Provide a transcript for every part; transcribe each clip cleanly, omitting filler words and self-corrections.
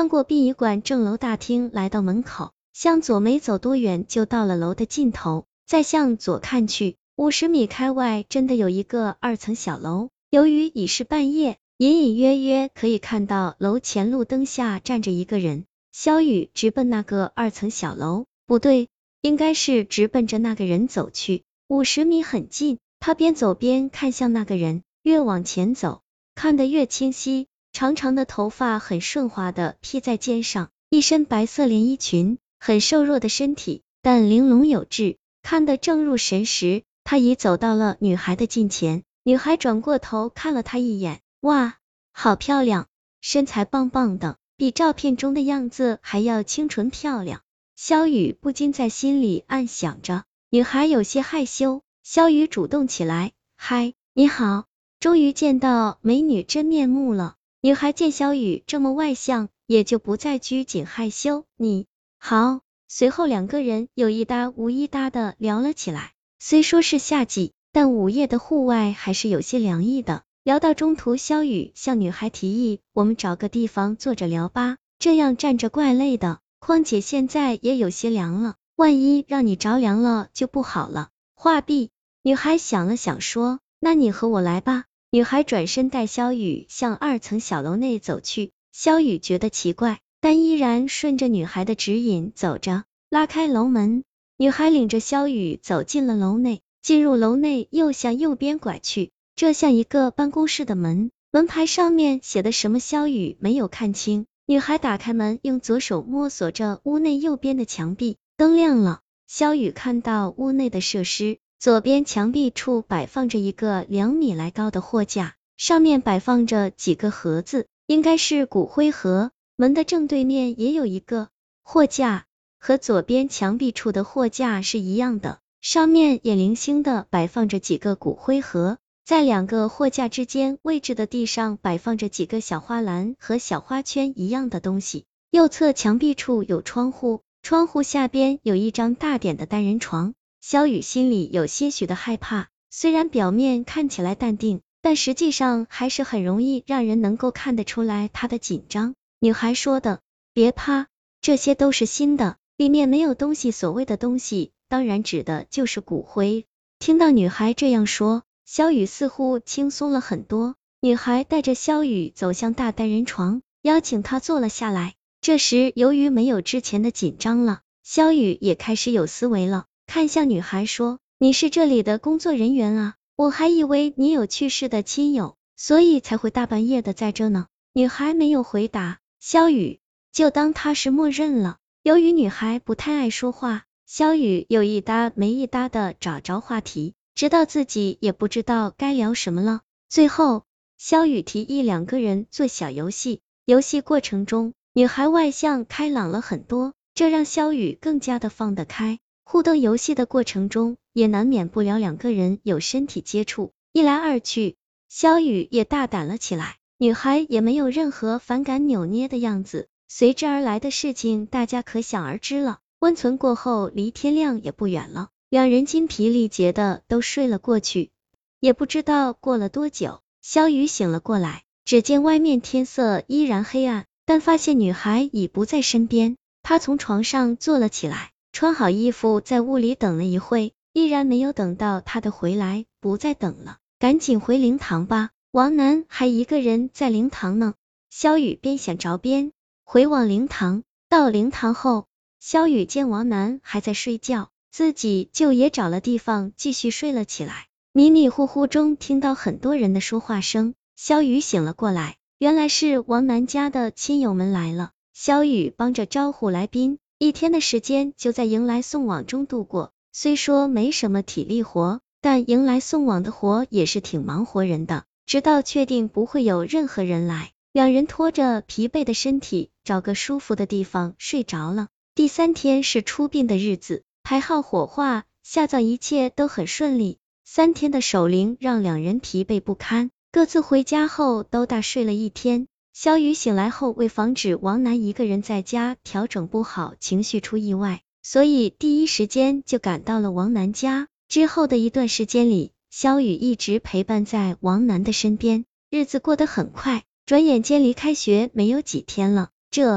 穿过殡仪馆正楼大厅来到门口，向左没走多远就到了楼的尽头，再向左看去，50米开外真的有一个2层小楼，由于已是半夜，隐隐约约可以看到楼前路灯下站着一个人。萧雨直奔那个2层小楼，不对，应该是直奔着那个人走去。50米很近，他边走边看向那个人，越往前走，看得越清晰。长长的头发很顺滑的披在肩上，一身白色连衣裙，很瘦弱的身体，但玲珑有致，看得正入神时，他已走到了女孩的近前。女孩转过头看了他一眼，哇，好漂亮，身材棒棒的，比照片中的样子还要清纯漂亮。萧雨不禁在心里暗想着。女孩有些害羞，萧雨主动起来，嗨，你好，终于见到美女真面目了。女孩见萧雨这么外向，也就不再拘谨害羞，你好。随后2个人有一搭无一搭的聊了起来，虽说是夏季，但午夜的户外还是有些凉意的。聊到中途，萧雨向女孩提议，我们找个地方坐着聊吧，这样站着怪累的，况且现在也有些凉了，万一让你着凉了就不好了。话毕，女孩想了想说，那你和我来吧。女孩转身带萧雨向2层小楼内走去，萧雨觉得奇怪，但依然顺着女孩的指引走着。拉开楼门，女孩领着萧雨走进了楼内，进入楼内又向右边拐去，这像一个办公室的门，门牌上面写的什么萧雨没有看清。女孩打开门，用左手摸索着屋内右边的墙壁，灯亮了，萧雨看到屋内的设施，左边墙壁处摆放着一个2米来高的货架，上面摆放着几个盒子，应该是骨灰盒。门的正对面也有一个货架，和左边墙壁处的货架是一样的，上面也零星的摆放着几个骨灰盒。在2个货架之间位置的地上摆放着几个小花篮和小花圈一样的东西。右侧墙壁处有窗户，窗户下边有一张大点的单人床。萧雨心里有些许的害怕，虽然表面看起来淡定，但实际上还是很容易让人能够看得出来他的紧张。女孩说的，别怕，这些都是新的，里面没有东西，所谓的东西当然指的就是骨灰。听到女孩这样说，萧雨似乎轻松了很多。女孩带着萧雨走向大单人床，邀请他坐了下来。这时由于没有之前的紧张了，萧雨也开始有思维了，看向女孩说，你是这里的工作人员啊，我还以为你有去世的亲友，所以才会大半夜的在这呢。女孩没有回答，萧雨就当她是默认了。由于女孩不太爱说话，萧雨有一搭没一搭的找着话题，直到自己也不知道该聊什么了。最后，萧雨提议2个人做小游戏，游戏过程中，女孩外向开朗了很多，这让萧雨更加的放得开。互动游戏的过程中，也难免不了2个人有身体接触，一来二去，萧雨也大胆了起来，女孩也没有任何反感扭捏的样子。随之而来的事情大家可想而知了。温存过后，离天亮也不远了，2人筋疲力竭的都睡了过去。也不知道过了多久，萧雨醒了过来，只见外面天色依然黑暗，但发现女孩已不在身边。他从床上坐了起来，穿好衣服在屋里等了一会，依然没有等到他的回来，不再等了，赶紧回灵堂吧，王楠还一个人在灵堂呢。萧雨边想着边回往灵堂。到灵堂后，萧雨见王楠还在睡觉，自己就也找了地方继续睡了起来。迷迷糊糊中听到很多人的说话声，萧雨醒了过来，原来是王楠家的亲友们来了。萧雨帮着招呼来宾，一天的时间就在迎来送往中度过。虽说没什么体力活，但迎来送往的活也是挺忙活人的。直到确定不会有任何人来，2人拖着疲惫的身体，找个舒服的地方睡着了。第3天是出殡的日子，排号火化、下葬一切都很顺利。3天的守灵让2人疲惫不堪，各自回家后都大睡了一天。萧雨醒来后，为防止王楠一个人在家调整不好情绪出意外，所以第一时间就赶到了王楠家。之后的一段时间里，萧雨一直陪伴在王楠的身边，日子过得很快，转眼间离开学没有几天了。这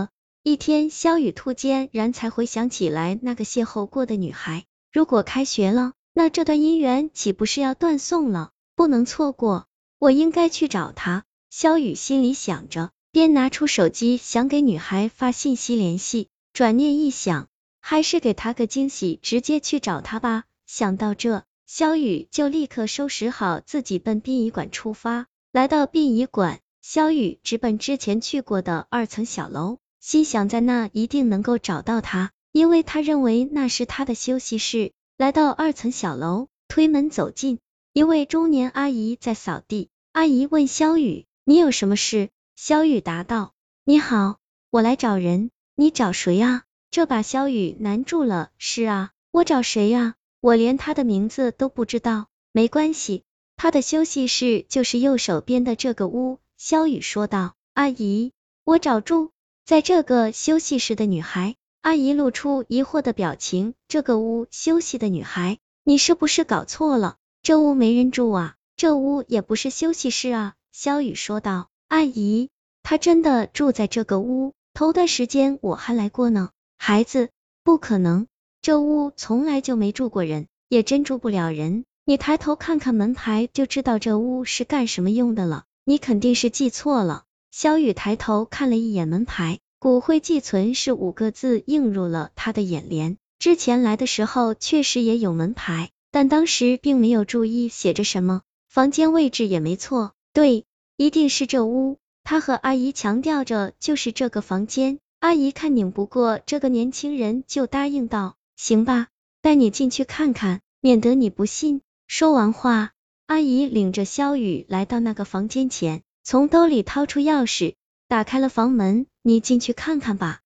一天，萧雨突然才回想起来那个邂逅过的女孩，如果开学了，那这段姻缘岂不是要断送了？不能错过，我应该去找她。萧雨心里想着，便拿出手机想给女孩发信息联系，转念一想，还是给她个惊喜，直接去找她吧。想到这，萧雨就立刻收拾好自己奔殡仪馆出发。来到殡仪馆，萧雨直奔之前去过的2层小楼，心想在那一定能够找到她，因为他认为那是她的休息室。来到2层小楼，推门走进，一位中年阿姨在扫地。阿姨问萧雨，你有什么事？萧雨答道，你好，我来找人。你找谁啊？这把萧雨难住了。是啊，我找谁啊？我连他的名字都不知道。没关系，他的休息室就是右手边的这个屋。萧雨说道。阿姨，我找住在这个休息室的女孩。阿姨露出疑惑的表情，这个屋休息的女孩，你是不是搞错了？这屋没人住啊，这屋也不是休息室啊。萧雨说道。阿姨，她真的住在这个屋，头段时间我还来过呢。孩子，不可能，这屋从来就没住过人，也真住不了人。你抬头看看门牌就知道这屋是干什么用的了，你肯定是记错了。萧雨抬头看了一眼门牌，骨灰寄存是5个字映入了他的眼帘。之前来的时候确实也有门牌，但当时并没有注意写着什么，房间位置也没错，对，一定是这屋。他和阿姨强调着就是这个房间。阿姨看拧不过这个年轻人，就答应道，行吧，带你进去看看，免得你不信。说完话，阿姨领着萧雨来到那个房间前，从兜里掏出钥匙，打开了房门，你进去看看吧。